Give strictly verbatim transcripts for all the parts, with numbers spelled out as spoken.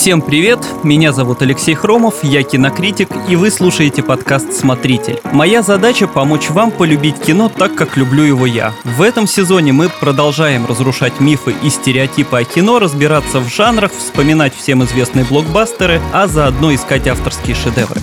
Всем привет, меня зовут Алексей Хромов, я кинокритик, и вы слушаете подкаст «Смотритель». Моя задача — помочь вам полюбить кино так, как люблю его я. В этом сезоне мы продолжаем разрушать мифы и стереотипы о кино, разбираться в жанрах, вспоминать всем известные блокбастеры, а заодно искать авторские шедевры.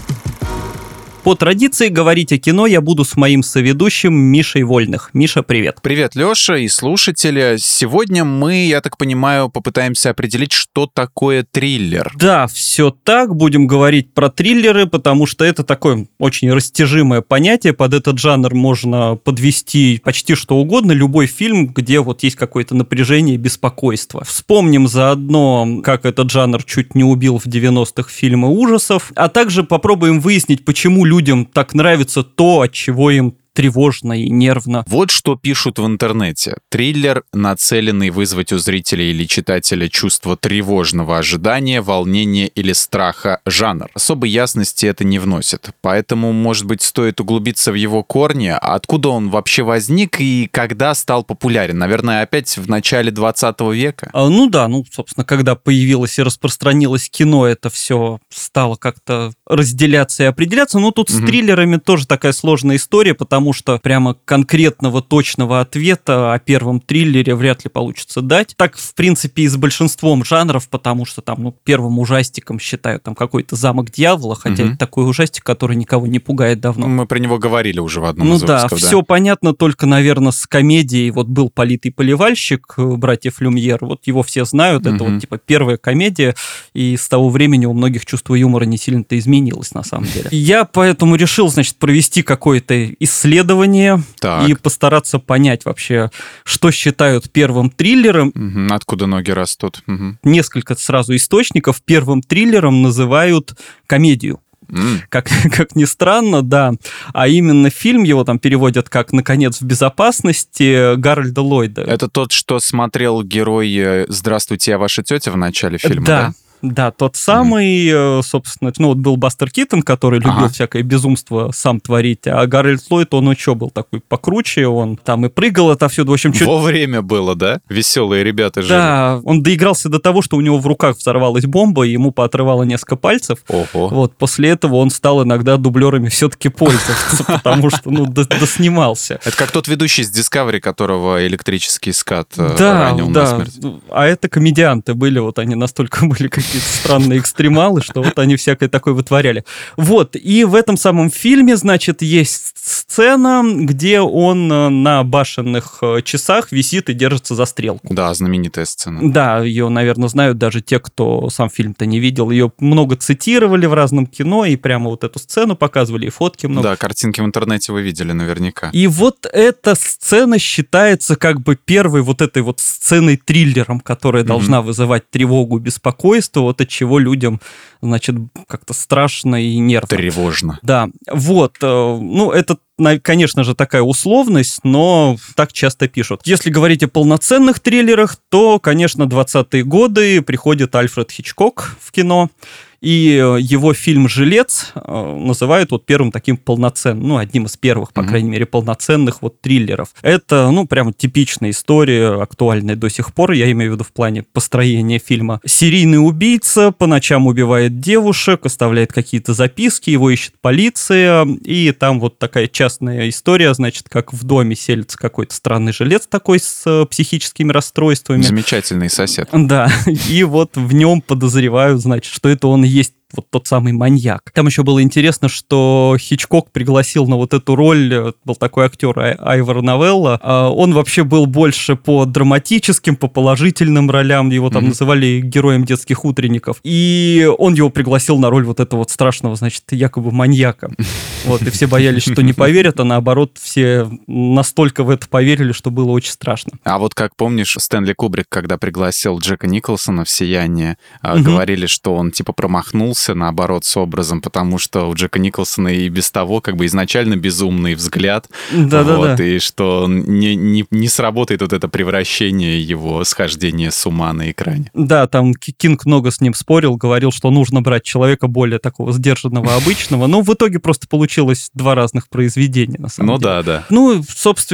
По традиции говорить о кино я буду с моим соведущим Мишей Вольных. Миша, привет. Привет, Леша и слушатели. Сегодня мы, я так понимаю, попытаемся определить, что такое триллер. Да, все так. Будем говорить про триллеры, потому что это такое очень растяжимое понятие. Под этот жанр можно подвести почти что угодно. Любой фильм, где вот есть какое-то напряжение и беспокойство. Вспомним заодно, как этот жанр чуть не убил в девяностых фильмы ужасов. А также попробуем выяснить, почему людям так нравится то, от чего им тревожно и нервно. Вот что пишут в интернете. Триллер, нацеленный вызвать у зрителя или читателя чувство тревожного ожидания, волнения или страха жанр. Особой ясности это не вносит. Поэтому, может быть, стоит углубиться в его корни, откуда он вообще возник и когда стал популярен. Наверное, опять в начале двадцатого века? А, ну да, ну, собственно, когда появилось и распространилось кино, это все стало как-то разделяться и определяться. Но тут угу. с триллерами тоже такая сложная история, потому потому что прямо конкретного точного ответа о первом триллере вряд ли получится дать. Так, в принципе, и с большинством жанров, потому что там, ну, первым ужастиком считают там какой-то «Замок дьявола», хотя угу. это такой ужастик, который никого не пугает давно. Мы про него говорили уже в одном ну, из выпусков. Ну да, все понятно, только, наверное, с комедией. Вот был «Политый поливальщик» братьев Люмьер, вот его все знают, угу. это вот типа первая комедия, и с того времени у многих чувство юмора не сильно-то изменилось, на самом деле. Я поэтому решил, значит, провести какое-то исследование так. и постараться понять вообще, что считают первым триллером. Угу. Откуда ноги растут. Угу. Несколько сразу источников. Первым триллером называют комедию. Mm. Как, как ни странно, да. А именно фильм, его там переводят как «Наконец в безопасности» Гарольда Ллойда. Это тот, что смотрел герой «Здравствуйте, я ваша тетя» в начале фильма, да? Да. Да, тот самый, mm. собственно, ну вот был Бастер Китон, который любил ага. всякое безумство сам творить, а Гарольд Ллойд, он что, был такой покруче, он там и прыгал отовсюду, в общем... Во время было, да? Веселые ребята жили. Да, он доигрался до того, что у него в руках взорвалась бомба, и ему поотрывало несколько пальцев. Ого. Вот, после этого он стал иногда дублерами все-таки пользоваться, потому что, ну, доснимался. Это как тот ведущий с Discovery, которого электрический скат ранил насмерть. Да, да, а это комедианты были, вот они настолько были какие-то странные экстремалы, что вот они всякое такое вытворяли. Вот, и в этом самом фильме, значит, есть сцена, где он на башенных часах висит и держится за стрелку. Да, знаменитая сцена. Да, ее, наверное, знают даже те, кто сам фильм-то не видел. Ее много цитировали в разном кино, и прямо вот эту сцену показывали, и фотки много. Да, картинки в интернете вы видели наверняка. И вот эта сцена считается как бы первой вот этой вот сценой-триллером, которая mm-hmm. должна вызывать тревогу, беспокойство, вот от чего людям, значит, как-то страшно и нервно. Тревожно. Да, вот, ну, это, конечно же, такая условность, но так часто пишут. Если говорить о полноценных триллерах, то, конечно, двадцатые годы приходит Альфред Хичкок в кино, и его фильм «Жилец» называют вот первым таким полноценным, ну, одним из первых, по mm-hmm. крайней мере, полноценных вот триллеров. Это, ну, прямо типичная история, актуальная до сих пор, я имею в виду в плане построения фильма. Серийный убийца по ночам убивает девушек, оставляет какие-то записки, его ищет полиция, и там вот такая частная история, значит, как в доме селится какой-то странный жилец такой с психическими расстройствами. Замечательный сосед. Да, и вот в нем подозревают, значит, что это он есть вот тот самый маньяк. Там еще было интересно, что Хичкок пригласил на вот эту роль, был такой актер Ай- Айвор Новелла, он вообще был больше по драматическим, по положительным ролям, его там mm-hmm. называли героем детских утренников, и он его пригласил на роль вот этого вот страшного, значит, якобы маньяка. Вот, и все боялись, что не поверят, а наоборот, все настолько в это поверили, что было очень страшно. А вот как помнишь, Стэнли Кубрик, когда пригласил Джека Николсона в «Сияние», mm-hmm. говорили, что он типа промахнулся, наоборот, с образом, потому что у Джека Николсона и без того как бы изначально безумный взгляд, да, вот, да, да. и что не, не, не сработает вот это превращение его, схождение с ума на экране. Да, там Кинг много с ним спорил, говорил, что нужно брать человека более такого сдержанного, обычного, но в итоге просто получилось два разных произведения, на самом ну, деле. Ну да, да. Ну, собственно,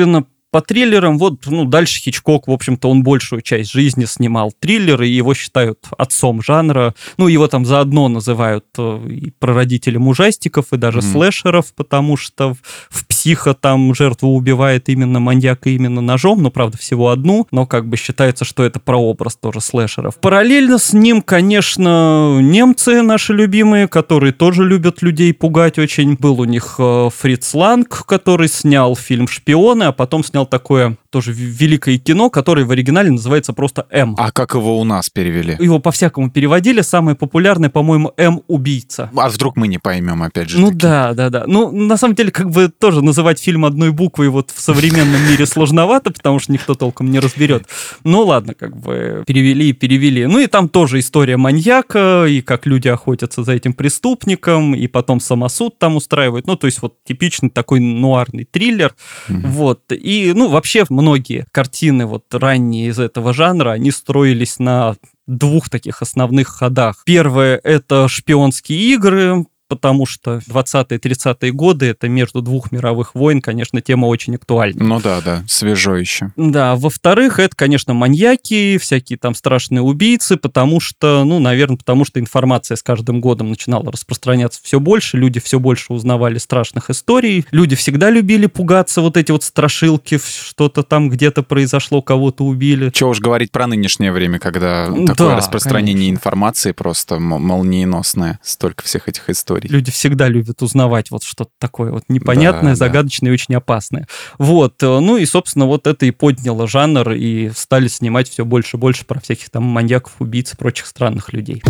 По триллерам, вот, ну, дальше Хичкок, в общем-то, он большую часть жизни снимал триллеры, и его считают отцом жанра. Ну, его там заодно называют и прародителем ужастиков, и даже mm-hmm. слэшеров, потому что в, в «Психо» там жертву убивает именно маньяк, и именно ножом, но, правда, всего одну, но как бы считается, что это прообраз тоже слэшеров. Параллельно с ним, конечно, немцы наши любимые, которые тоже любят людей пугать очень. Был у них Фриц Ланг, который снял фильм «Шпионы», а потом снял такое тоже великое кино, которое в оригинале называется просто «М». А как его у нас перевели? Его по-всякому переводили. Самое популярное, по-моему, «М-убийца». А вдруг мы не поймем, опять же Ну таки? да, да, да. Ну, на самом деле, как бы тоже называть фильм одной буквой вот в современном мире сложновато, потому что никто толком не разберет. Ну ладно, как бы перевели и перевели. Ну и там тоже история маньяка, и как люди охотятся за этим преступником, и потом самосуд там устраивают. Ну, то есть вот типичный такой нуарный триллер. Mm-hmm. Вот. И, ну, вообще многие картины вот ранние из этого жанра, они строились на двух таких основных ходах. Первое — это шпионские игры, потому что двадцатые-тридцатые годы — это между двух мировых войн, конечно, тема очень актуальна. Ну да, да, свежо еще. Да, во-вторых, это, конечно, маньяки, всякие там страшные убийцы, потому что, ну, наверное, потому что информация с каждым годом начинала распространяться все больше, люди все больше узнавали страшных историй, люди всегда любили пугаться, вот эти вот страшилки, что-то там где-то произошло, кого-то убили. Чего уж говорить про нынешнее время, когда Да, такое распространение конечно. информации просто молниеносное, столько всех этих историй. Люди всегда любят узнавать вот что-то такое вот непонятное, да, загадочное, да, и очень опасное. Вот, ну и, собственно, вот это и подняло жанр, и стали снимать все больше и больше про всяких там маньяков, убийц и прочих странных людей.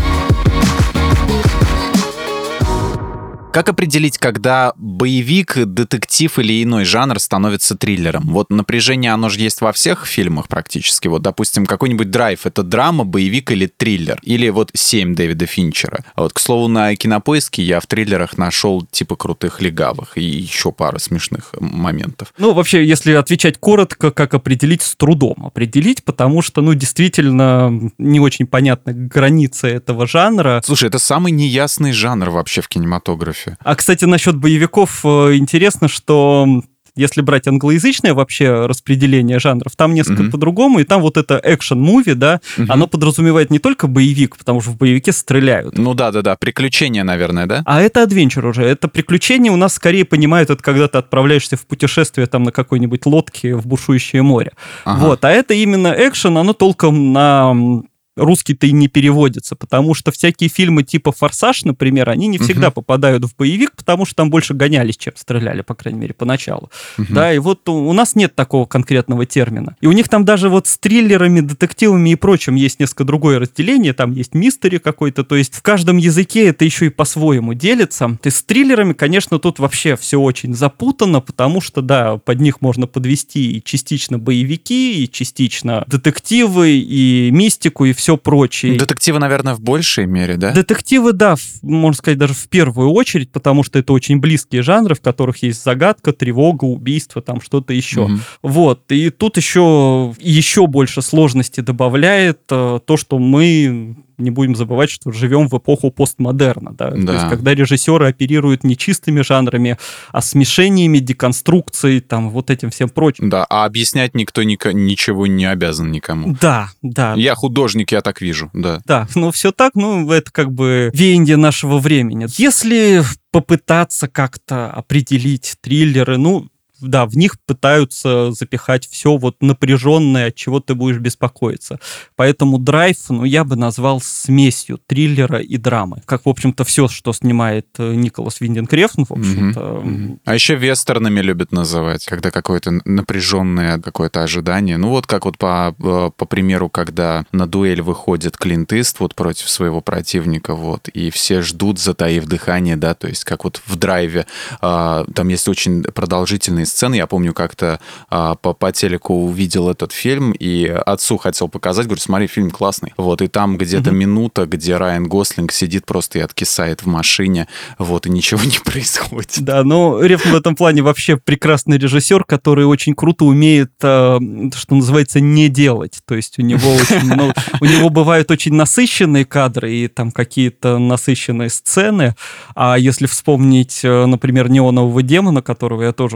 Как определить, когда боевик, детектив или иной жанр становится триллером? Вот напряжение, оно же есть во всех фильмах практически. Вот, допустим, какой-нибудь «Драйв» — это драма, боевик или триллер? Или вот «Семь» Дэвида Финчера. А вот, к слову, на Кинопоиске я в триллерах нашел типа «Крутых легавых» и еще пару смешных моментов. Ну, вообще, если отвечать коротко, как определить, с трудом определить, потому что, ну, действительно, не очень понятна граница этого жанра. Слушай, это самый неясный жанр вообще в кинематографе. А, кстати, насчет боевиков интересно, что если брать англоязычное вообще распределение жанров, там несколько mm-hmm. по-другому, и там вот это экшн-муви, да, mm-hmm. оно подразумевает не только боевик, потому что в боевике стреляют. Ну да-да-да, приключения, наверное, да? А это адвенчур уже, это приключения у нас скорее понимают, это когда ты отправляешься в путешествие там на какой-нибудь лодке в бушующее море. Ага. Вот, а это именно экшен, оно толком на... русский-то и не переводится, потому что всякие фильмы типа «Форсаж», например, они не всегда uh-huh. попадают в боевик, потому что там больше гонялись, чем стреляли, по крайней мере, поначалу. Uh-huh. Да, и вот у нас нет такого конкретного термина. И у них там даже вот с триллерами, детективами и прочим есть несколько другое разделение, там есть мистери какой-то, то есть в каждом языке это еще и по-своему делится. И с триллерами, конечно, тут вообще все очень запутано, потому что, да, под них можно подвести и частично боевики, и частично детективы, и мистику, и все прочее. Детективы, наверное, в большей мере, да? Детективы, да, в, можно сказать, даже в первую очередь, потому что это очень близкие жанры, в которых есть загадка, тревога, убийство, там что-то еще. Mm-hmm. Вот, и тут еще, еще больше сложности добавляет э, то, что мы... не будем забывать, что живем в эпоху постмодерна, да? Да. То есть, когда режиссеры оперируют не чистыми жанрами, а смешениями, деконструкцией, там, вот этим всем прочим. Да, а объяснять никто ни- ничего не обязан никому. Да, да. Я художник, я так вижу, да. Да, ну все так, ну это как бы веяние нашего времени. Если попытаться как-то определить триллеры, ну, да, в них пытаются запихать все вот напряженное, от чего ты будешь беспокоиться. Поэтому «Драйв», ну, я бы назвал смесью триллера и драмы. Как, в общем-то, все, что снимает Николас Виндинг Рефн, в общем-то. Mm-hmm. А еще вестернами любят называть, когда какое-то напряженное какое-то ожидание. Ну, вот как вот по, по примеру, когда на дуэль выходит Клинт Иствуд против своего противника, вот, и все ждут, затаив дыхание, да, то есть как вот в «Драйве», а, там есть очень продолжительные сцены. Я помню, как-то а, по, по телеку увидел этот фильм и отцу хотел показать. Говорю, смотри, фильм классный. Вот, и там где-то mm-hmm. минута, где Райан Гослинг сидит просто и откисает в машине, вот, и ничего не происходит. Да, но Рефн в этом плане вообще прекрасный режиссер, который очень круто умеет, а, что называется, не делать. То есть у него очень много... У него бывают очень насыщенные кадры и там какие-то насыщенные сцены. А если вспомнить, например, «Неонового демона», которого я тоже очень люблю,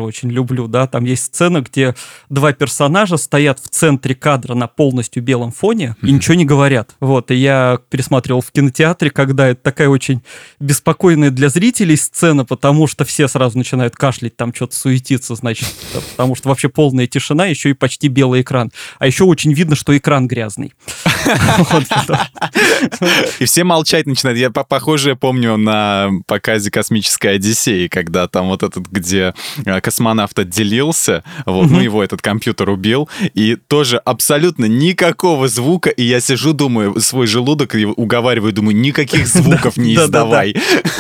люблю, да, там есть сцена, где два персонажа стоят в центре кадра на полностью белом фоне и ничего не говорят. Вот, и я пересматривал в кинотеатре, когда это такая очень беспокойная для зрителей сцена, потому что все сразу начинают кашлять, там что-то суетиться, значит, потому что вообще полная тишина, еще и почти белый экран. А еще очень видно, что экран грязный. И все молчать начинают. Я похоже помню на показе «Космической Одиссеи», когда там вот этот, где космонавт отделился, вот, ну его этот компьютер убил, и тоже абсолютно никакого звука, и я сижу, думаю, свой желудок уговариваю, думаю, никаких звуков не издавай.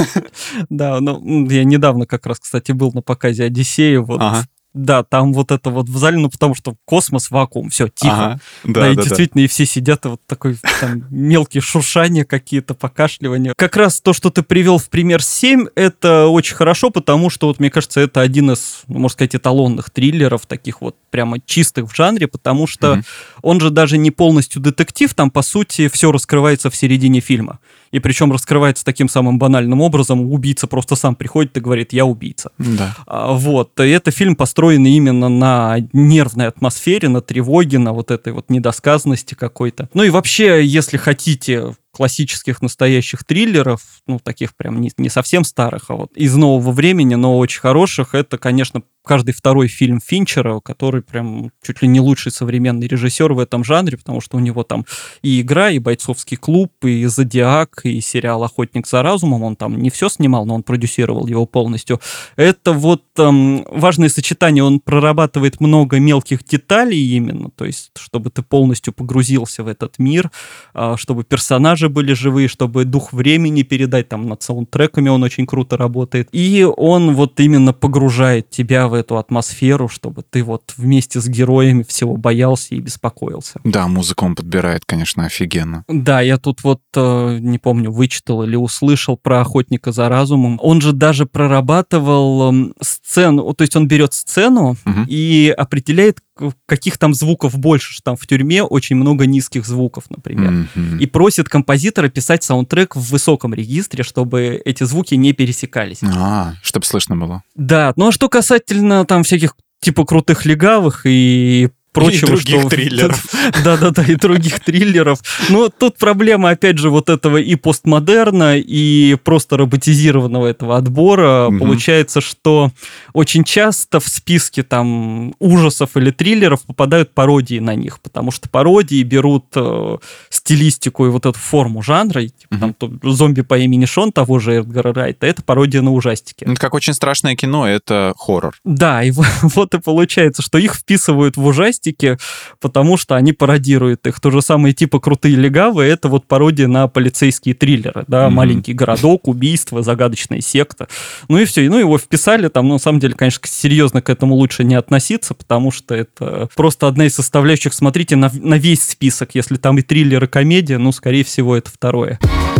Да, ну я недавно как раз, кстати, был на показе «Одиссеи», вот. Да, там вот это вот в зале, ну, потому что космос, вакуум, все, тихо. Ага, да, да, и да, действительно, да. И все сидят, и вот такой там мелкие шуршания какие-то, покашливания. Как раз то, что ты привел в пример семь, это очень хорошо, потому что, вот, мне кажется, это один из, ну, можно сказать, эталонных триллеров, таких вот прямо чистых в жанре, потому что mm-hmm. он же даже не полностью детектив, там, по сути, все раскрывается в середине фильма. И причем раскрывается таким самым банальным образом. Убийца просто сам приходит и говорит: я убийца. Да. А, вот. И это фильм построен именно на нервной атмосфере, на тревоге, на вот этой вот недосказанности какой-то. Ну и вообще, если хотите классических настоящих триллеров, ну, таких прям не, не совсем старых, а вот из нового времени, но очень хороших, это, конечно, каждый второй фильм Финчера, который прям чуть ли не лучший современный режиссер в этом жанре, потому что у него там и «Игра», и «Бойцовский клуб», и «Зодиак», и сериал «Охотник за разумом». Он там не все снимал, но он продюсировал его полностью. Это вот эм, важное сочетание. Он прорабатывает много мелких деталей именно, то есть чтобы ты полностью погрузился в этот мир, э, чтобы персонажи были живые, чтобы дух времени передать, там над саундтреками он очень круто работает. И он вот именно погружает тебя в эту атмосферу, чтобы ты вот вместе с героями всего боялся и беспокоился. Да, музыку он подбирает, конечно, офигенно. Да, я тут вот, э, не помню, вычитал или услышал про «Охотника за разумом». Он же даже прорабатывал э, сцену, то есть он берет сцену угу. и определяет, каких там звуков больше, что там в тюрьме очень много низких звуков, например. Mm-hmm. И просит композитора писать саундтрек в высоком регистре, чтобы эти звуки не пересекались. А, чтобы слышно было. Да, ну а что касательно там всяких типа крутых легавых и прочего, и других что... триллеров. Да-да-да, и других триллеров. Но тут проблема, опять же, вот этого и постмодерна, и просто роботизированного этого отбора. Угу. Получается, что очень часто в списке там ужасов или триллеров попадают пародии на них, потому что пародии берут э, стилистику и вот эту форму жанра. Типа, угу. там, то, «Зомби по имени Шон» того же Эдгара Райта, это пародия на ужастики. Это как «Очень страшное кино», это хоррор. Да, и вот и получается, что их вписывают в ужастики, потому что они пародируют их. То же самое типа «Крутые легавые» — это вот пародия на полицейские триллеры, да, mm-hmm. «Маленький городок», «Убийство», «Загадочная секта». Ну и все, ну его вписали там, ну, на самом деле, конечно, серьезно к этому лучше не относиться, потому что это просто одна из составляющих. Смотрите на, на весь список, если там и триллер, и комедия, ну, скорее всего, это второе.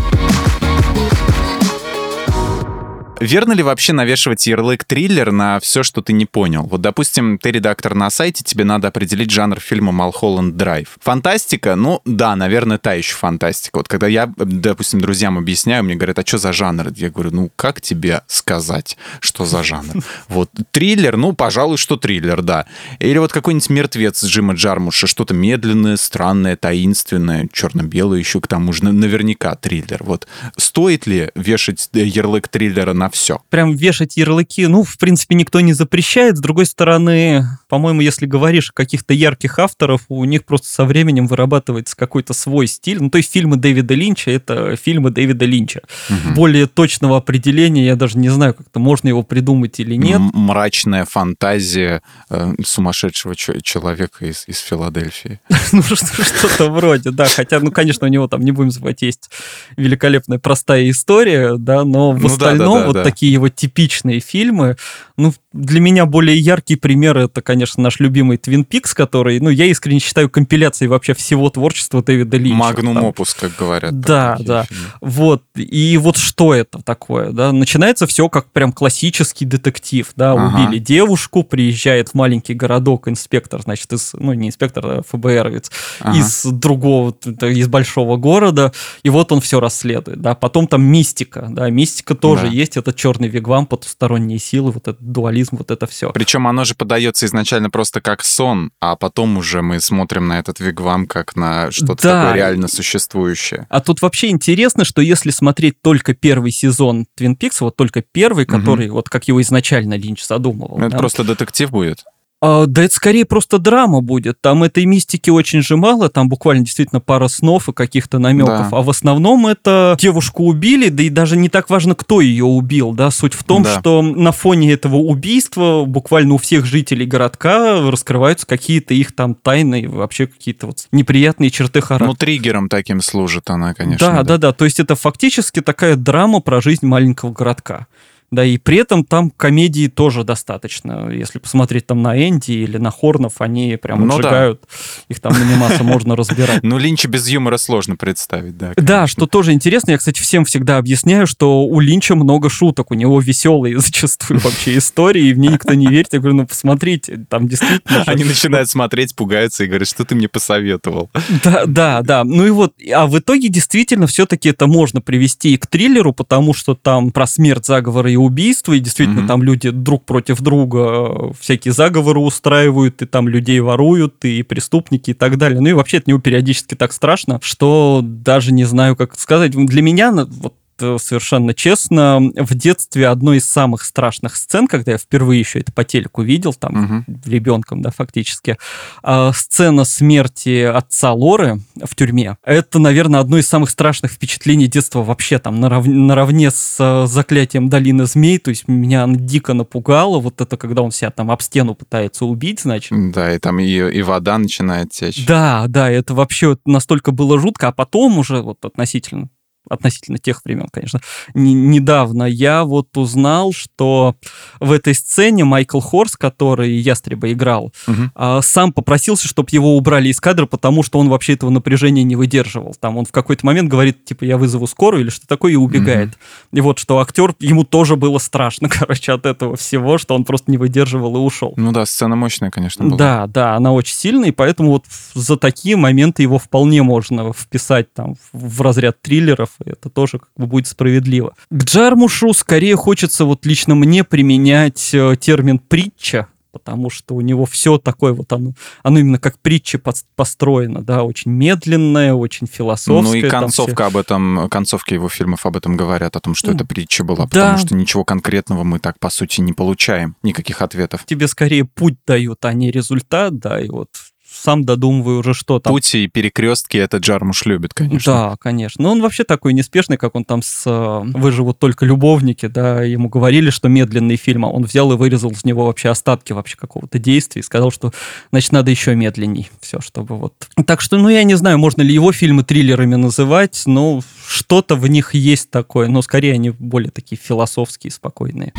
Верно ли вообще навешивать ярлык триллер на все, что ты не понял? Вот, допустим, ты редактор на сайте, тебе надо определить жанр фильма «Малхолланд Драйв». Фантастика? Ну, да, наверное, та еще фантастика. Вот когда я, допустим, друзьям объясняю, мне говорят: а что за жанр? Я говорю: ну, как тебе сказать, что за жанр? Вот, триллер, ну, пожалуй, что триллер, да. Или вот какой-нибудь «Мертвец» Джима Джармуша, что-то медленное, странное, таинственное, черно-белое еще, к тому же, наверняка триллер. Вот, стоит ли вешать ярлык триллера на все? Прям вешать ярлыки, ну, в принципе, никто не запрещает. С другой стороны, по-моему, если говоришь о каких-то ярких авторов, у них просто со временем вырабатывается какой-то свой стиль. Ну, то есть фильмы Дэвида Линча — это фильмы Дэвида Линча. Угу. Более точного определения я даже не знаю, как-то можно его придумать или нет. М- мрачная фантазия э, сумасшедшего ч- человека из, из Филадельфии. Ну, что-то вроде, да. Хотя, ну, конечно, у него там, не будем забывать, есть великолепная простая история, да, но в остальном вот такие вот типичные фильмы. Ну, для меня более яркий пример — это, конечно, наш любимый Twin Peaks, который, ну, я искренне считаю компиляцией вообще всего творчества Дэвида Линча. Магнум опус, как говорят. Да, да. Фильмы. Вот. И вот что это такое, да? Начинается все как прям классический детектив, да? Ага. Убили девушку, приезжает в маленький городок инспектор, значит, из, ну, не инспектор, а ФБРовец, ага. из другого, из большого города, и вот он все расследует, да? Потом там мистика, да? Мистика тоже да. есть. этот черный вигвам, потусторонние силы, вот этот дуализм, вот это все. Причем оно же подается изначально просто как сон, а потом уже мы смотрим на этот вигвам как на что-то да. такое реально существующее. А тут вообще интересно, что если смотреть только первый сезон Twin Peaks, вот только первый, который, угу. вот как его изначально Линч задумывал. Это да? просто детектив будет? А, да это скорее просто драма будет. Там этой мистики очень же мало, там буквально действительно пара снов и каких-то намеков. Да. А в основном это девушку убили, да и даже не так важно, кто ее убил. Да? Суть в том, да. что на фоне этого убийства буквально у всех жителей городка раскрываются какие-то их там тайны, вообще какие-то вот неприятные черты характера. Ну, триггером таким служит она, конечно. Да, да, да, да. То есть это фактически такая драма про жизнь маленького городка. Да, и при этом там комедии тоже достаточно. Если посмотреть там на Энди или на Хорнов, они прям ну, отжигают. Да. Их там на немасса можно разбирать. Ну, Линча без юмора сложно представить, да. Конечно. Да, что тоже интересно. Я, кстати, всем всегда объясняю, что у Линча много шуток. У него веселые зачастую вообще истории, и в ней никто не верит. Я говорю, ну, посмотрите, там действительно... Они начинают смотреть, пугаются и говорят, что ты мне посоветовал. Да, да, да. Ну и вот, а в итоге действительно все-таки это можно привести и к триллеру, потому что там про смерть, заговоры и убийства, и действительно mm-hmm. там люди друг против друга всякие заговоры устраивают, и там людей воруют, и преступники, и так далее. Ну и вообще от него периодически так страшно, что даже не знаю, как сказать. Для меня, вот совершенно честно, в детстве одной из самых страшных сцен, когда я впервые еще это по телеку видел, там, uh-huh. ребенком, да, фактически, э, сцена смерти отца Лоры в тюрьме, это, наверное, одно из самых страшных впечатлений детства вообще, там, нарав... наравне с э, заклятием Долины Змей, то есть меня она дико напугала, вот это, когда он себя там об стену пытается убить, значит. Да, и там и, и вода начинает течь. Да, да, это вообще настолько было жутко, а потом уже вот относительно относительно тех времен, конечно, не, недавно я вот узнал, что в этой сцене Майкл Хорс, который Ястреба играл, угу. а, сам попросился, чтобы его убрали из кадра, потому что он вообще этого напряжения не выдерживал. Там он в какой-то момент говорит, типа, я вызову скорую или что такое, и убегает. Угу. И вот, что актер, ему тоже было страшно, короче, от этого всего, что он просто не выдерживал и ушел. Ну да, сцена мощная, конечно, была. Да, да, она очень сильная, и поэтому вот за такие моменты его вполне можно вписать там в разряд триллеров, это тоже как бы будет справедливо. К Джармушу скорее хочется вот лично мне применять э, термин «притча», потому что у него все такое вот, оно, оно именно как притча построено, да, очень медленное, очень философское. Ну и концовка об этом, концовки его фильмов об этом говорят, о том, что это притча была, да. потому что ничего конкретного мы так, по сути, не получаем, никаких ответов. Тебе скорее путь дают, а не результат, да, и вот сам додумываю уже, что там. Пути и перекрестки это Джармуш любит, конечно. Да, конечно. Но он вообще такой неспешный, как он там с «Выживут только любовники», да, ему говорили, что медленный фильм, а он взял и вырезал из него вообще остатки вообще какого-то действия и сказал, что, значит, надо еще медленней. Все, чтобы вот... Так что, ну, я не знаю, можно ли его фильмы триллерами называть, но что-то в них есть такое, но скорее они более такие философские, спокойные.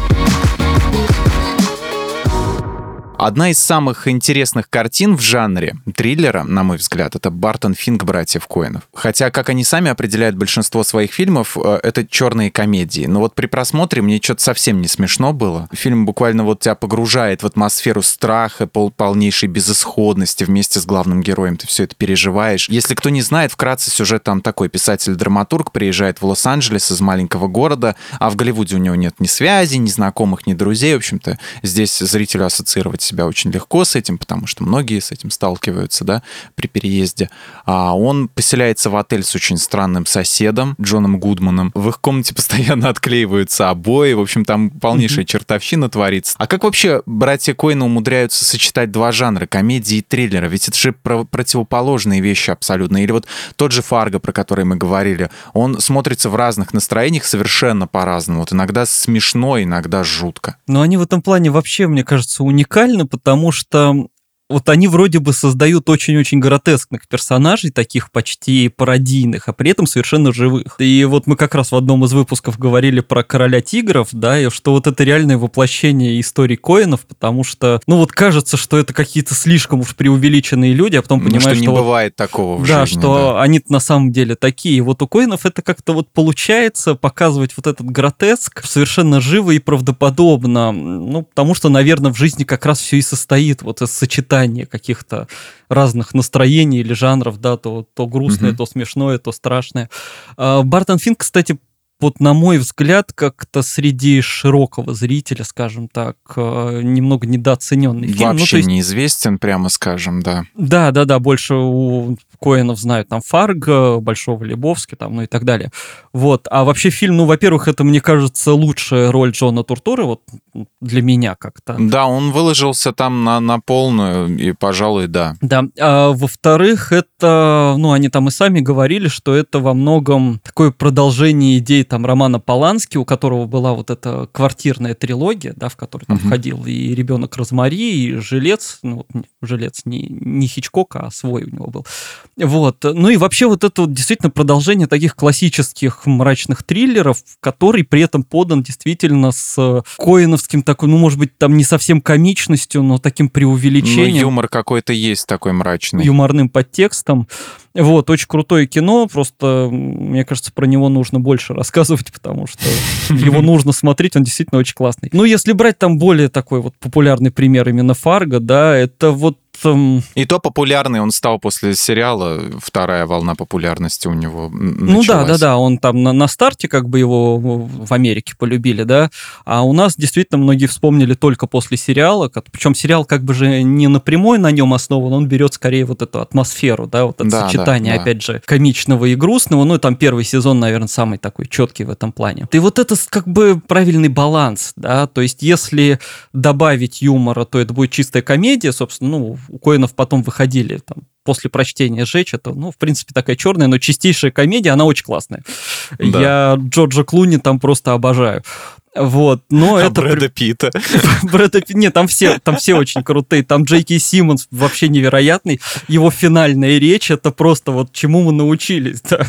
Одна из самых интересных картин в жанре триллера, на мой взгляд, это Бартон Финк «Братьев Коэнов». Хотя, как они сами определяют большинство своих фильмов, это черные комедии. Но вот при просмотре мне что-то совсем не смешно было. Фильм буквально вот тебя погружает в атмосферу страха, пол- полнейшей безысходности вместе с главным героем. Ты все это переживаешь. Если кто не знает, вкратце сюжет там такой. Писатель-драматург приезжает в Лос-Анджелес из маленького города, а в Голливуде у него нет ни связей, ни знакомых, ни друзей. В общем-то, здесь зрителю ассоциировать себя очень легко с этим, потому что многие с этим сталкиваются, да, при переезде. А он поселяется в отель с очень странным соседом, Джоном Гудманом. В их комнате постоянно отклеиваются обои, в общем, там полнейшая mm-hmm. чертовщина творится. А как вообще братья Коэны умудряются сочетать два жанра, комедии и триллера? Ведь это же про- противоположные вещи абсолютно. Или вот тот же Фарго, про который мы говорили, он смотрится в разных настроениях совершенно по-разному. Вот иногда смешно, иногда жутко. Но они в этом плане вообще, мне кажется, уникальны, потому что вот они вроде бы создают очень-очень гротескных персонажей, таких почти пародийных, а при этом совершенно живых. И вот мы как раз в одном из выпусков говорили про «Короля тигров», да, и что вот это реальное воплощение историй Коэнов, потому что, ну вот кажется, что это какие-то слишком уж преувеличенные люди, а потом ну, понимаешь, что... не что бывает вот, такого в да, жизни. что да. они на самом деле такие. И вот у Коэнов это как-то вот получается показывать вот этот гротеск совершенно живо и правдоподобно, ну, потому что, наверное, в жизни как раз все и состоит вот из сочетания каких-то разных настроений или жанров, да, то, то грустное, mm-hmm. то смешное, то страшное. Бартон Финк, кстати, вот на мой взгляд, как-то среди широкого зрителя, скажем так, немного недооцененный фильм. Вообще ну, то есть... неизвестен, прямо скажем, да. Да, да, да, больше у Коэнов знают там Фарго, Большого Лебовски, там, ну и так далее. Вот. А вообще фильм, ну, во-первых, это, мне кажется, лучшая роль Джона Туртуры, вот для меня как-то. Да, он выложился там на, на полную, и, пожалуй, да. Да. А во-вторых, это, ну, они там и сами говорили, что это во многом такое продолжение идей там романа Полански, у которого была вот эта квартирная трилогия, да, в которой там uh-huh. входил и «Ребенок Розмари», и «Жилец», ну, «Жилец» не, не Хичкока, а свой у него был. Вот. Ну и вообще вот это вот действительно продолжение таких классических мрачных триллеров, который при этом подан действительно с коэновским такой, ну, может быть, там не совсем комичностью, но таким преувеличением. Ну, юмор какой-то есть такой мрачный. Юморным подтекстом. Вот, очень крутое кино, просто, мне кажется, про него нужно больше рассказывать, потому что его нужно смотреть, он действительно очень классный. Ну, если брать там более такой вот популярный пример именно Фарго, да, это вот... И то популярный он стал после сериала, вторая волна популярности у него началась. Ну да, да, да, он там на, на старте как бы его в Америке полюбили, да, а у нас действительно многие вспомнили только после сериала, причем сериал как бы же не напрямую на нем основан, он берет скорее вот эту атмосферу, да, вот это да, сочетание, да, да. опять же, комичного и грустного, ну и там первый сезон, наверное, самый такой четкий в этом плане. И вот это как бы правильный баланс, да, то есть если добавить юмора, то это будет чистая комедия, собственно, ну, у Коэнов потом выходили там после прочтения «Жечь», это, ну, в принципе, такая черная, но чистейшая комедия, она очень классная. Да. Я Джорджа Клуни там просто обожаю. Вот, но а это... Брэда Питта. Брэда Питта... Нет, там все, там все очень крутые. Там Джей Кей Симмонс вообще невероятный. Его финальная речь, это просто вот чему мы научились. Да.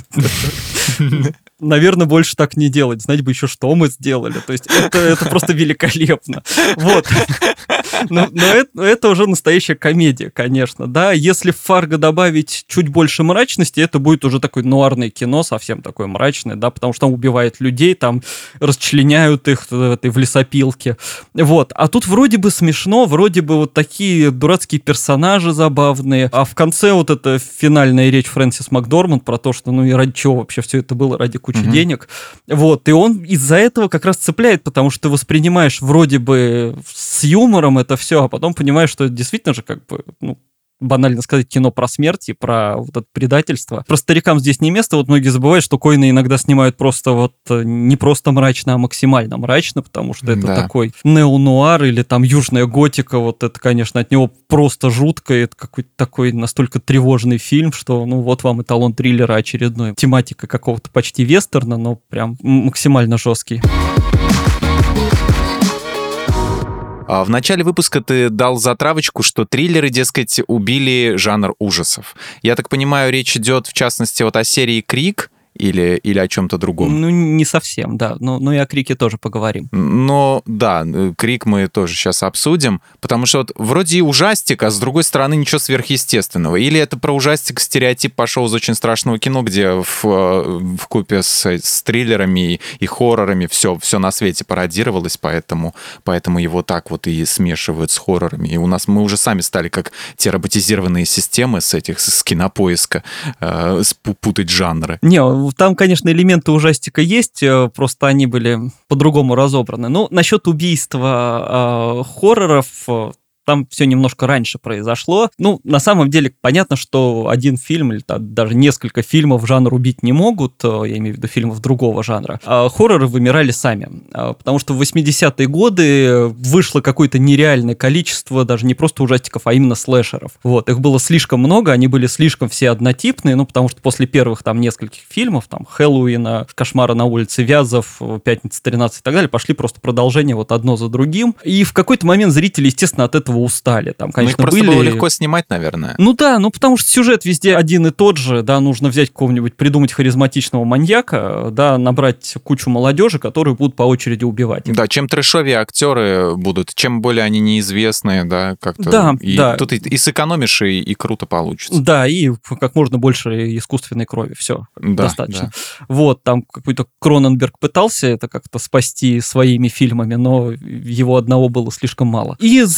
Наверное, больше так не делать. Знать бы еще, что мы сделали. То есть это, это просто великолепно. Вот. Но, но это, это уже настоящая комедия, конечно, да. Если в Фарго добавить чуть больше мрачности, это будет уже такое нуарное кино, совсем такое мрачное, да, потому что там убивают людей, там расчленяют их в этой в лесопилке. Вот. А тут вроде бы смешно, вроде бы вот такие дурацкие персонажи забавные. А в конце вот эта финальная речь Фрэнсис Макдорманд про то, что ну и ради чего вообще все это было, ради кучи mm-hmm. денег. Вот. И он из-за этого как раз цепляет, потому что ты воспринимаешь вроде бы с юмором это все, а потом понимаешь, что это действительно же как бы, ну, банально сказать, кино про смерть и про вот это предательство. Про старикам здесь не место, вот многие забывают, что Коэны иногда снимают просто вот не просто мрачно, а максимально мрачно, потому что это да. такой неонуар или там южная готика, вот это, конечно, от него просто жутко, это какой-то такой настолько тревожный фильм, что, ну, вот вам эталон триллера очередной. Тематика какого-то почти вестерна, но прям максимально жесткий. В начале выпуска ты дал затравочку, что триллеры, дескать, убили жанр ужасов. Я так понимаю, речь идет, в частности, вот о серии «Крик», или, или о чем-то другом? Ну, не совсем, да. Но, но и о «Крике» тоже поговорим. Но, да, «Крик» мы тоже сейчас обсудим, потому что вот вроде и ужастик, а с другой стороны ничего сверхъестественного. Или это про ужастик стереотип пошел из «Очень страшного кино», где в, в купе с, с триллерами и, и хоррорами все, все на свете пародировалось, поэтому, поэтому его так вот и смешивают с хоррорами. И у нас мы уже сами стали как те роботизированные системы с этих, с Кинопоиска, э, путать жанры. Не, там, конечно, элементы ужастика есть, просто они были по-другому разобраны. Ну, насчет убийства э, хорроров... Там все немножко раньше произошло. Ну, на самом деле, понятно, что один фильм или там, даже несколько фильмов жанр убить не могут, я имею в виду фильмов другого жанра. А хорроры вымирали сами, потому что в восьмидесятые годы вышло какое-то нереальное количество даже не просто ужастиков, а именно слэшеров. Вот, их было слишком много, они были слишком все однотипные, ну, потому что после первых там нескольких фильмов, там, Хэллоуина, Кошмара на улице Вязов, Пятница тринадцать и так далее, пошли просто продолжения вот одно за другим. И в какой-то момент зрители, естественно, от этого устали. Там, конечно, ну, их были... просто было легко снимать, наверное. Ну да, ну потому что сюжет везде один и тот же, да, нужно взять какого-нибудь, придумать харизматичного маньяка, да, набрать кучу молодежи, которые будут по очереди убивать. Да, чем трэшовее актеры будут, чем более они неизвестные, да, как-то. Да, и да. Тут и, и сэкономишь, и, и круто получится. Да, и как можно больше искусственной крови, все, да, достаточно. Да. Вот, там какой-то Кроненберг пытался это как-то спасти своими фильмами, но его одного было слишком мало. И зрители,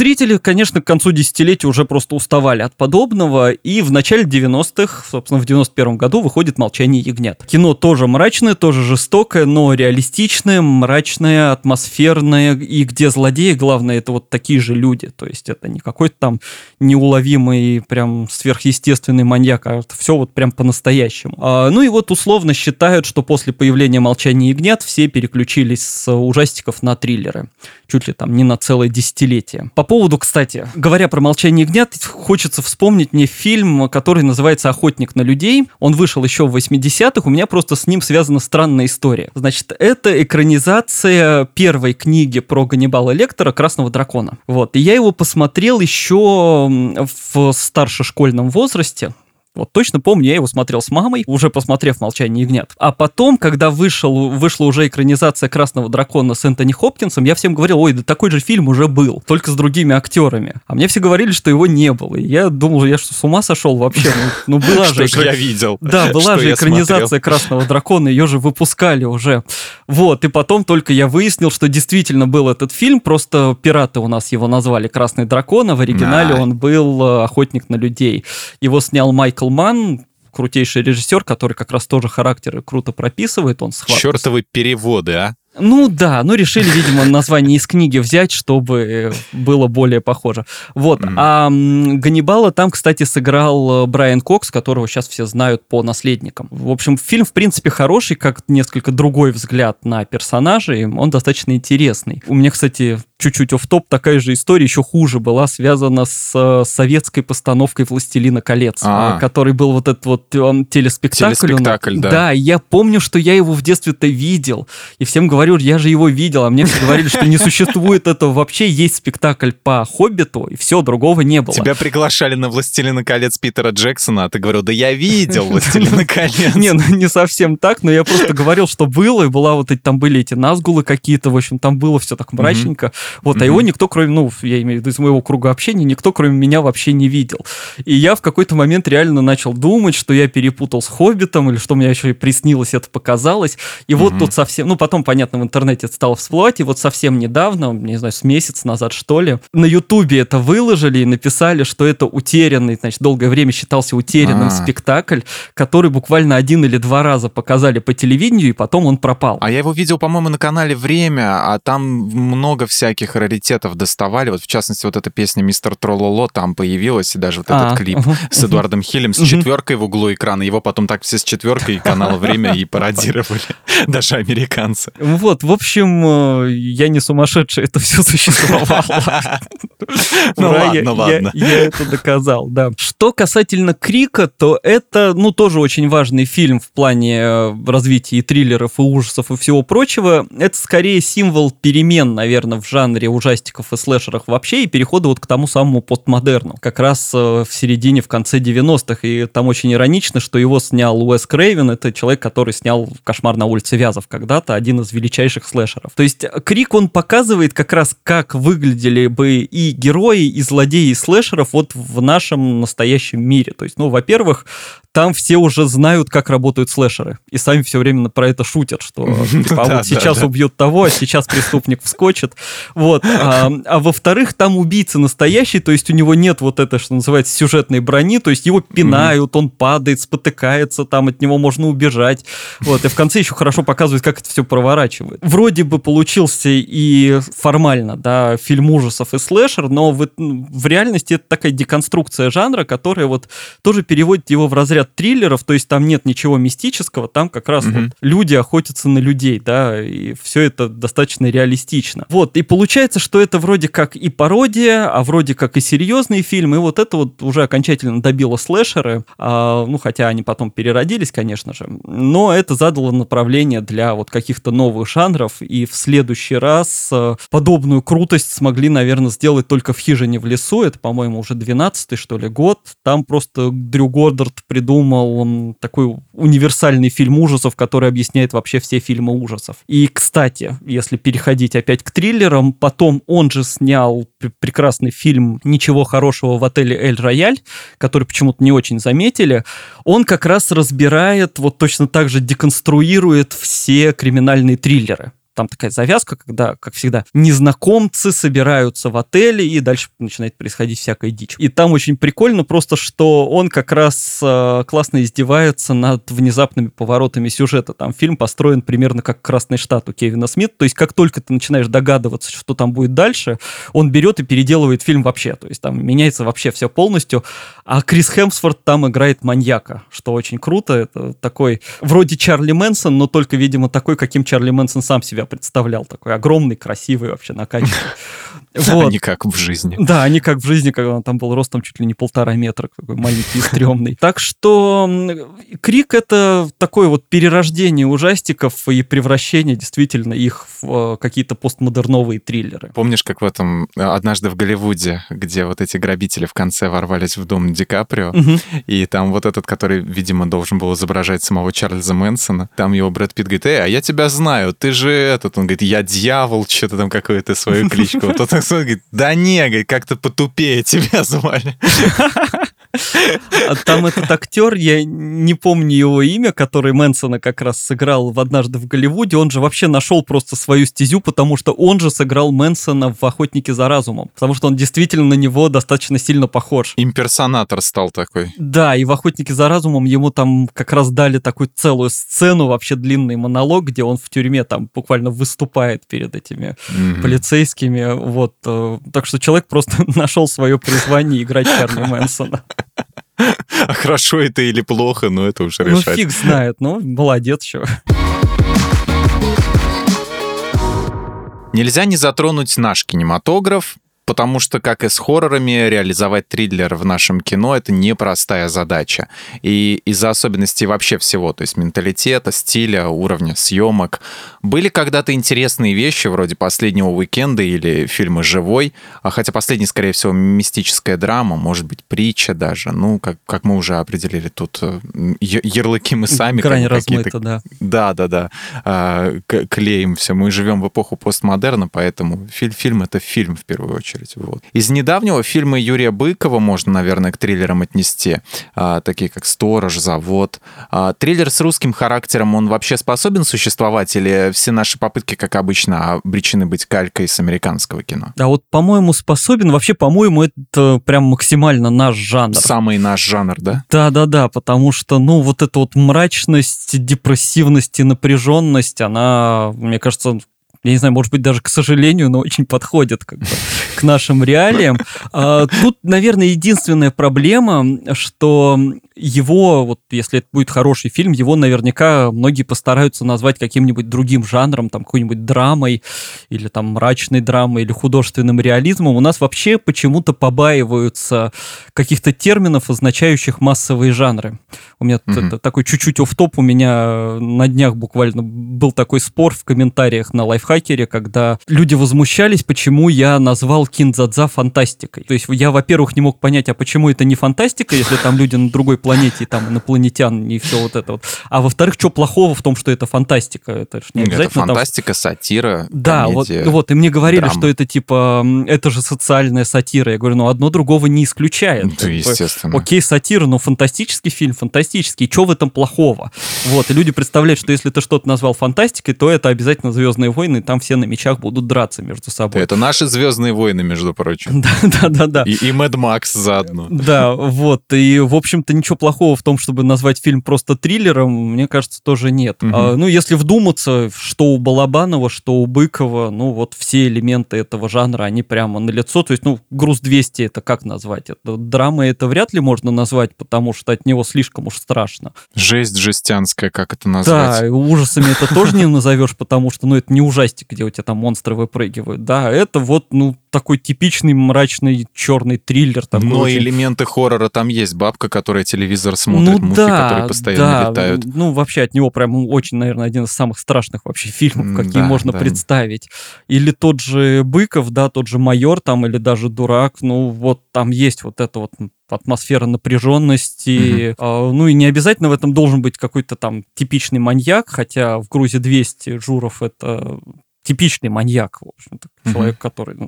конечно, к концу десятилетия уже просто уставали от подобного, и в начале девяностых, собственно, в девяносто первом году выходит «Молчание ягнят». Кино тоже мрачное, тоже жестокое, но реалистичное, мрачное, атмосферное, и где злодеи, главное, это вот такие же люди, то есть это не какой-то там неуловимый, прям сверхъестественный маньяк, а все вот прям по-настоящему. А, ну и вот условно считают, что после появления «Молчания ягнят» все переключились с ужастиков на триллеры. Чуть ли там не на целое десятилетие. По поводу, кстати, говоря про «Молчание ягнят», хочется вспомнить мне фильм, который называется «Охотник на людей». Он вышел еще в восьмидесятых, у меня просто с ним связана странная история. Значит, это экранизация первой книги про Ганнибала Лектора «Красного дракона». Вот, и я его посмотрел еще в старшешкольном возрасте. Вот точно помню, я его смотрел с мамой, уже посмотрев «Молчание ягнят». А потом, когда вышел, вышла уже экранизация «Красного дракона» с Энтони Хопкинсом, я всем говорил: ой, да такой же фильм уже был, только с другими актерами. А мне все говорили, что его не было. И я думал, я что, с ума сошел вообще? Ну, была же... Что ж я видел? Да, была же экранизация «Красного дракона», ее же выпускали уже. Вот, и потом только я выяснил, что действительно был этот фильм, просто пираты у нас его назвали «Красный дракон», а в оригинале он был «Охотник на людей». Его снял Майкл Манн, крутейший режиссер, который как раз тоже характеры круто прописывает. Он схватывает. Чертовы переводы, а? Ну да, ну решили, видимо, название из книги взять, чтобы было более похоже. Вот, mm-hmm. а Ганнибала там, кстати, сыграл Брайан Кокс, которого сейчас все знают по «Наследникам». В общем, фильм, в принципе, хороший, как несколько другой взгляд на персонажей, он достаточно интересный. У меня, кстати, чуть-чуть офф-топ, такая же история, еще хуже, была связана с советской постановкой «Властелина колец», А-а-а. который был вот этот вот он, телеспектакль. Телеспектакль, он, да. Да, я помню, что я его в детстве-то видел, и всем говорю, я же его видел, а мне все говорили, что не существует этого вообще, есть спектакль по «Хоббиту», и все, другого не было. Тебя приглашали на «Властелина колец» Питера Джексона, а ты говорил: да я видел «Властелина колец». Не, ну не совсем так, но я просто говорил, что было, и была вот эти, там были эти назгулы какие-то, в общем, там было все так мрачненько. Вот, а его никто, кроме, ну, я имею в виду из моего круга общения, никто, кроме меня, вообще не видел. И я в какой-то момент реально начал думать, что я перепутал с «Хоббитом», или что мне еще и приснилось, это показалось. И вот тут совсем, ну, потом, понятно, в интернете это стало всплывать, и вот совсем недавно, не знаю, с месяц назад, что ли, на Ютубе это выложили и написали, что это утерянный, значит, долгое время считался утерянным А-а-а. спектакль, который буквально один или два раза показали по телевидению, и потом он пропал. А я его видел, по-моему, на канале «Время», а там много всяких раритетов доставали, вот в частности, вот эта песня «Мистер Трололо» там появилась, и даже вот А, этот клип угу, с Эдуардом Хиллем, с четверкой в углу экрана, его потом так все с четверкой канала «Время» и пародировали, даже американцы. Вот, в общем, я не сумасшедший, это все существовало. Ну ладно, ладно. Я это доказал, да. Что касательно «Крика», то это, ну, тоже очень важный фильм в плане развития и триллеров, и ужасов, и всего прочего. Это скорее символ перемен, наверное, в жанре ужастиков и слэшерах вообще, и перехода вот к тому самому постмодерну. Как раз в середине, в конце девяностых, и там очень иронично, что его снял Уэс Крейвен, это человек, который снял «Кошмар на улице Вязов» когда-то, один из величайших слэшеров. То есть «Крик», он показывает как раз, как выглядели бы и герои, и злодеи, и слэшеров вот в нашем настоящем мире. То есть, ну, во-первых, там все уже знают, как работают слэшеры, и сами все время про это шутят, что типа, а вот сейчас убьют того, а сейчас преступник вскочит. Вот. А, а во-вторых, там убийца настоящий, то есть у него нет вот этой, что называется, сюжетной брони, то есть его пинают, он падает, спотыкается, там от него можно убежать. Вот. И в конце еще хорошо показывают, как это все проворачивает. Вроде бы получился и формально, да, фильм ужасов и слэшер, но в, в реальности это такая деконструкция жанра, которая вот тоже переводит его в разряд триллеров, то есть там нет ничего мистического, там как раз mm-hmm. вот люди охотятся на людей, да, и все это достаточно реалистично. Вот, и получается, что это вроде как и пародия, а вроде как и серьезный фильм, и вот это вот уже окончательно добило слэшеры, а, ну, хотя они потом переродились, конечно же, но это задало направление для вот каких-то новых жанров, и в следующий раз подобную крутость смогли, наверное, сделать только в «Хижине в лесу», это, по-моему, уже двенадцатый, что ли, год, там просто Дрю Годдард придумал такой универсальный фильм ужасов, который объясняет вообще все фильмы ужасов. И, кстати, если переходить опять к триллерам, потом он же снял прекрасный фильм «Ничего хорошего в отеле Эль Рояль», который почему-то не очень заметили. Он как раз разбирает, вот точно так же деконструирует все криминальные триллеры. там такая завязка, когда, как всегда, незнакомцы собираются в отеле, и дальше начинает происходить всякая дичь. И там очень прикольно просто, что он как раз э, классно издевается над внезапными поворотами сюжета. Там фильм построен примерно как «Красный штат» у Кевина Смита, то есть как только ты начинаешь догадываться, что там будет дальше, он берет и переделывает фильм вообще, то есть там меняется вообще все полностью, а Крис Хемсворт там играет маньяка, что очень круто, это такой вроде Чарли Мэнсон, но только, видимо, такой, каким Чарли Мэнсон сам себя представлял, такой огромный, красивый вообще, накачанный. Вот. Они как в жизни. Да, они как в жизни, когда он там был ростом чуть ли не полтора метра, такой маленький и стрёмный. Так что «Крик» — это такое вот перерождение ужастиков и превращение действительно их в какие-то постмодерновые триллеры. Помнишь, как в этом «Однажды в Голливуде», где вот эти грабители в конце ворвались в дом Ди Каприо, угу. и там вот этот, который, видимо, должен был изображать самого Чарльза Мэнсона, там его Брэд Питт говорит: «Эй, а я тебя знаю, ты же этот». Он говорит: «Я дьявол», что-то там какую-то свою кличку. Вот тот говорит: «Да не, говорит, как-то потупее тебя звали». А там этот актер, я не помню его имя, который Мэнсона как раз сыграл в «Однажды в Голливуде», он же вообще нашел просто свою стезю, потому что он же сыграл Мэнсона в «Охотнике за разумом», потому что он действительно на него достаточно сильно похож. Имперсонатор стал такой. Да, и в «Охотнике за разумом» ему там как раз дали такую целую сцену, вообще длинный монолог, где он в тюрьме там буквально выступает перед этими mm-hmm. полицейскими, вот. Так что человек просто нашел свое призвание играть Чарли Мэнсона. А хорошо это или плохо, но это уже решать. Ну, фиг знает, ну, молодец, чего. Нельзя не затронуть наш кинематограф, потому что, как и с хоррорами, реализовать триллер в нашем кино — это непростая задача. И из-за особенностей вообще всего, то есть менталитета, стиля, уровня съемок. Были когда-то интересные вещи, вроде «Последнего уикенда» или фильма «Живой», а хотя последний, скорее всего, мистическая драма, может быть, притча даже. Ну, как, как мы уже определили, тут ярлыки мы сами. Грань размыта, да. Да-да-да. Клеим все. Мы живем в эпоху постмодерна, поэтому фильм, фильм — это фильм в первую очередь. Вот. Из недавнего фильма Юрия Быкова можно, наверное, к триллерам отнести, а, такие как «Сторож», «Завод». А, триллер с русским характером, он вообще способен существовать, или все наши попытки, как обычно, обречены быть калькой с американского кино? Да, вот, по-моему, способен. Вообще, по-моему, это прям максимально наш жанр. Самый наш жанр, да? Да-да-да, потому что, ну, вот эта вот мрачность, депрессивность и напряженность, она, мне кажется, я не знаю, может быть, даже к сожалению, но очень подходит как бы к нашим реалиям. А, тут, наверное, единственная проблема, что его, вот если это будет хороший фильм, его наверняка многие постараются назвать каким-нибудь другим жанром, там, какой-нибудь драмой, или там мрачной драмой, или художественным реализмом. У нас вообще почему-то побаиваются каких-то терминов, означающих массовые жанры. У меня mm-hmm. такой чуть-чуть офф-топ, у меня на днях буквально был такой спор в комментариях на Лайфхакере, когда люди возмущались, почему я назвал Киндзадза фантастикой. То есть я, во-первых, не мог понять, а почему это не фантастика, если там люди на другой планете, там инопланетян и все вот это вот. А во-вторых, что плохого в том, что это фантастика? Это ж не обязательно. Это фантастика, там... сатира, да, комедия, вот, вот, и мне говорили, драма. Что это типа, это же социальная сатира. Я говорю, ну одно другого не исключает. Да, естественно. Окей, сатира, но фантастический фильм, фантастический. И что в этом плохого? Вот, и люди представляют, что если ты что-то назвал фантастикой, то это обязательно «Звездные войны», и там все на мечах будут драться между собой. Это наши «Звездные войны», между прочим. Да-да-да. И, и Мэд Макс заодно. Да, вот. И, в общем-то, ничего плохого в том, чтобы назвать фильм просто триллером, мне кажется, тоже нет. Угу. А, ну, если вдуматься, что у Балабанова, что у Быкова, ну, вот все элементы этого жанра, они прямо налицо. То есть, ну, «Груз двести» это как назвать? Это драмой это вряд ли можно назвать, потому что от него слишком уж страшно. Жесть жестянская, как это назвать? Да, ужасами это тоже не назовешь, потому что, ну, это не ужастик, где у тебя там монстры выпрыгивают. Да, это вот, ну, такой типичный мрачный черный триллер. Такой Но очень... элементы хоррора там есть. Бабка, которая телевизор смотрит, ну, мухи, да, которые постоянно да. летают. Ну, вообще от него прям очень, наверное, один из самых страшных вообще фильмов, какие да, можно да. представить. Или тот же Быков, да, тот же «Майор» там, или даже «Дурак». Ну, вот там есть вот это вот атмосфера напряженности. Mm-hmm. Ну и не обязательно в этом должен быть какой-то там типичный маньяк, хотя в «Грузе двести» Журов — это типичный маньяк, в общем-то, mm-hmm. человек, который... Ну,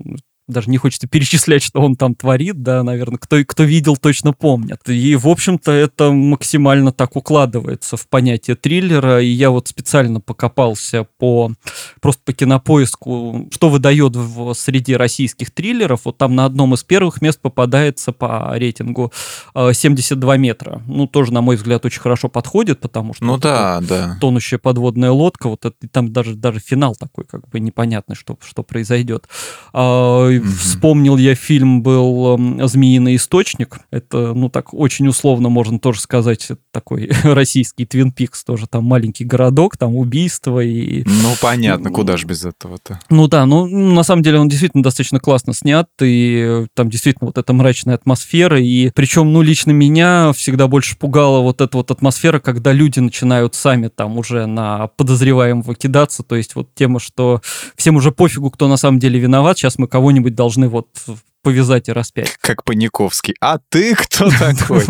даже не хочется перечислять, что он там творит, да, наверное, кто, кто видел, точно помнит. И, в общем-то, это максимально так укладывается в понятие триллера, и я вот специально покопался по, просто по Кинопоиску, что выдает в среде российских триллеров. Вот там на одном из первых мест попадается по рейтингу семьдесят два метра. Ну, тоже, на мой взгляд, очень хорошо подходит, потому что... Ну да, да. Тонущая подводная лодка, вот это, там даже, даже финал такой, как бы непонятно, что, что произойдет. А, mm-hmm. Вспомнил я фильм, был «Змеиный источник». Это, ну, так очень условно можно тоже сказать, такой российский Твин Пикс, тоже там маленький городок, там убийство и... Ну, понятно, куда же без этого-то. Ну да, ну, на самом деле он действительно достаточно классно снят, и там действительно вот эта мрачная атмосфера, и причем, ну, лично меня всегда больше пугала вот эта вот атмосфера, когда люди начинают сами там уже на подозреваемого кидаться, то есть вот тема, что всем уже пофигу, кто на самом деле виноват, сейчас мы кого-нибудь должны вот повязать и распять. Как Паниковский. А ты кто такой?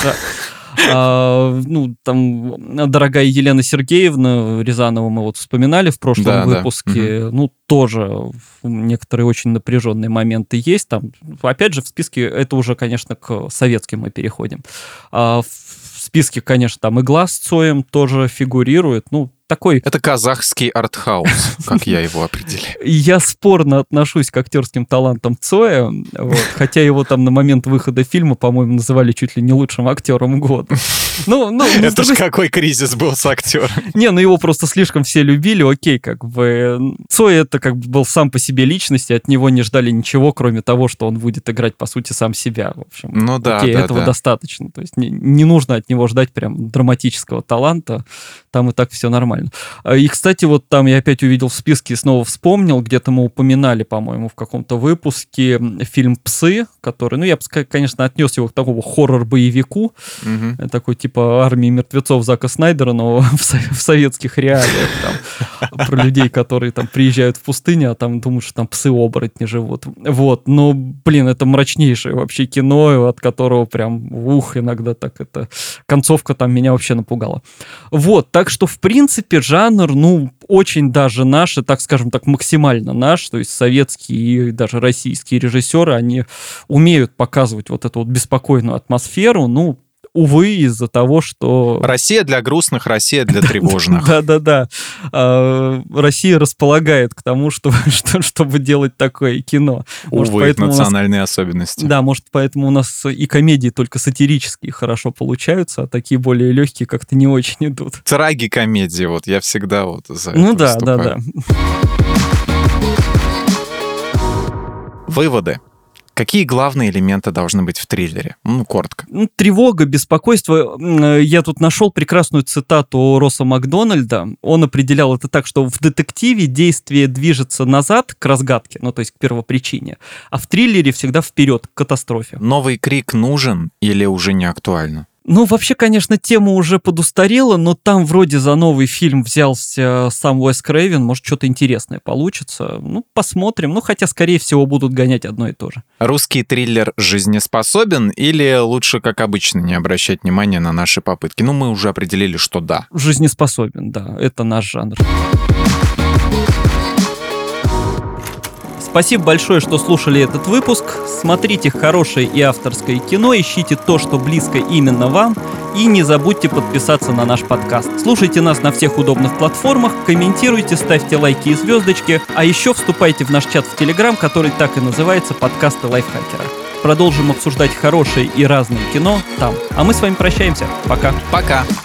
А, ну, там, дорогая Елена Сергеевна Рязанова мы вот вспоминали в прошлом да, выпуске, да. Ну, тоже некоторые очень напряженные моменты есть. Там, опять же, в списке это уже, конечно, к советским мы переходим. А в списке, конечно, там «Игла» с Цоем тоже фигурирует, ну, такой... Это казахский артхаус, как я его определяю. Я спорно отношусь к актерским талантам Цоя, вот, хотя его там на момент выхода фильма, по-моему, называли чуть ли не лучшим актером года. Ну, ну, это ж какой кризис был с актером. Не, ну его просто слишком все любили, окей, как бы... Цой это как бы был сам по себе личность, и от него не ждали ничего, кроме того, что он будет играть, по сути, сам себя, в общем. Ну да, окей, да, этого да. достаточно. То есть не, не нужно от него ждать прям драматического таланта, там и так все нормально. И, кстати, вот там я опять увидел в списке, снова вспомнил, где-то мы упоминали, по-моему, в каком-то выпуске фильм «Псы», который, ну, я бы, конечно, отнес его к такому хоррор-боевику, угу. такой типа «Армии мертвецов» Зака Снайдера, но в, в советских реалиях, там, про людей, которые там приезжают в пустыню, а там думают, что там псы-оборотни живут. Вот, но, блин, это мрачнейшее вообще кино, от которого прям, ух, иногда так это... Концовка там меня вообще напугала. Вот, так что, в принципе, жанр, ну, очень даже наш, и, так скажем так, максимально наш, то есть советские и даже российские режиссеры, они умеют показывать вот эту вот беспокойную атмосферу, ну, увы, из-за того, что... Россия для грустных, Россия для тревожных. Да-да-да. Россия располагает к тому, чтобы делать такое кино. Увы, национальные особенности. Да, может, поэтому у нас и комедии только сатирические хорошо получаются, а такие более легкие как-то не очень идут. Трагикомедии, вот я всегда вот за это Ну да, да-да. Выводы. Какие главные элементы должны быть в триллере? Ну, коротко. Ну, тревога, беспокойство. Я тут нашел прекрасную цитату Росса Макдональда. Он определял это так, что в детективе действие движется назад к разгадке, ну, то есть к первопричине, а в триллере всегда вперед, к катастрофе. Новый крик нужен или уже не актуально? Ну, вообще, конечно, тема уже подустарела, но там вроде за новый фильм взялся сам Уэс Крейвен, может, что-то интересное получится. Ну, посмотрим. Ну, хотя, скорее всего, будут гонять одно и то же. Русский триллер жизнеспособен или лучше, как обычно, не обращать внимания на наши попытки? Ну, мы уже определили, что да. Жизнеспособен, да. Это наш жанр. Спасибо большое, что слушали этот выпуск. Смотрите хорошее и авторское кино, ищите то, что близко именно вам, и не забудьте подписаться на наш подкаст. Слушайте нас на всех удобных платформах, комментируйте, ставьте лайки и звездочки, а еще вступайте в наш чат в Телеграм, который так и называется «Подкасты лайфхакера». Продолжим обсуждать хорошее и разное кино там. А мы с вами прощаемся. Пока. Пока.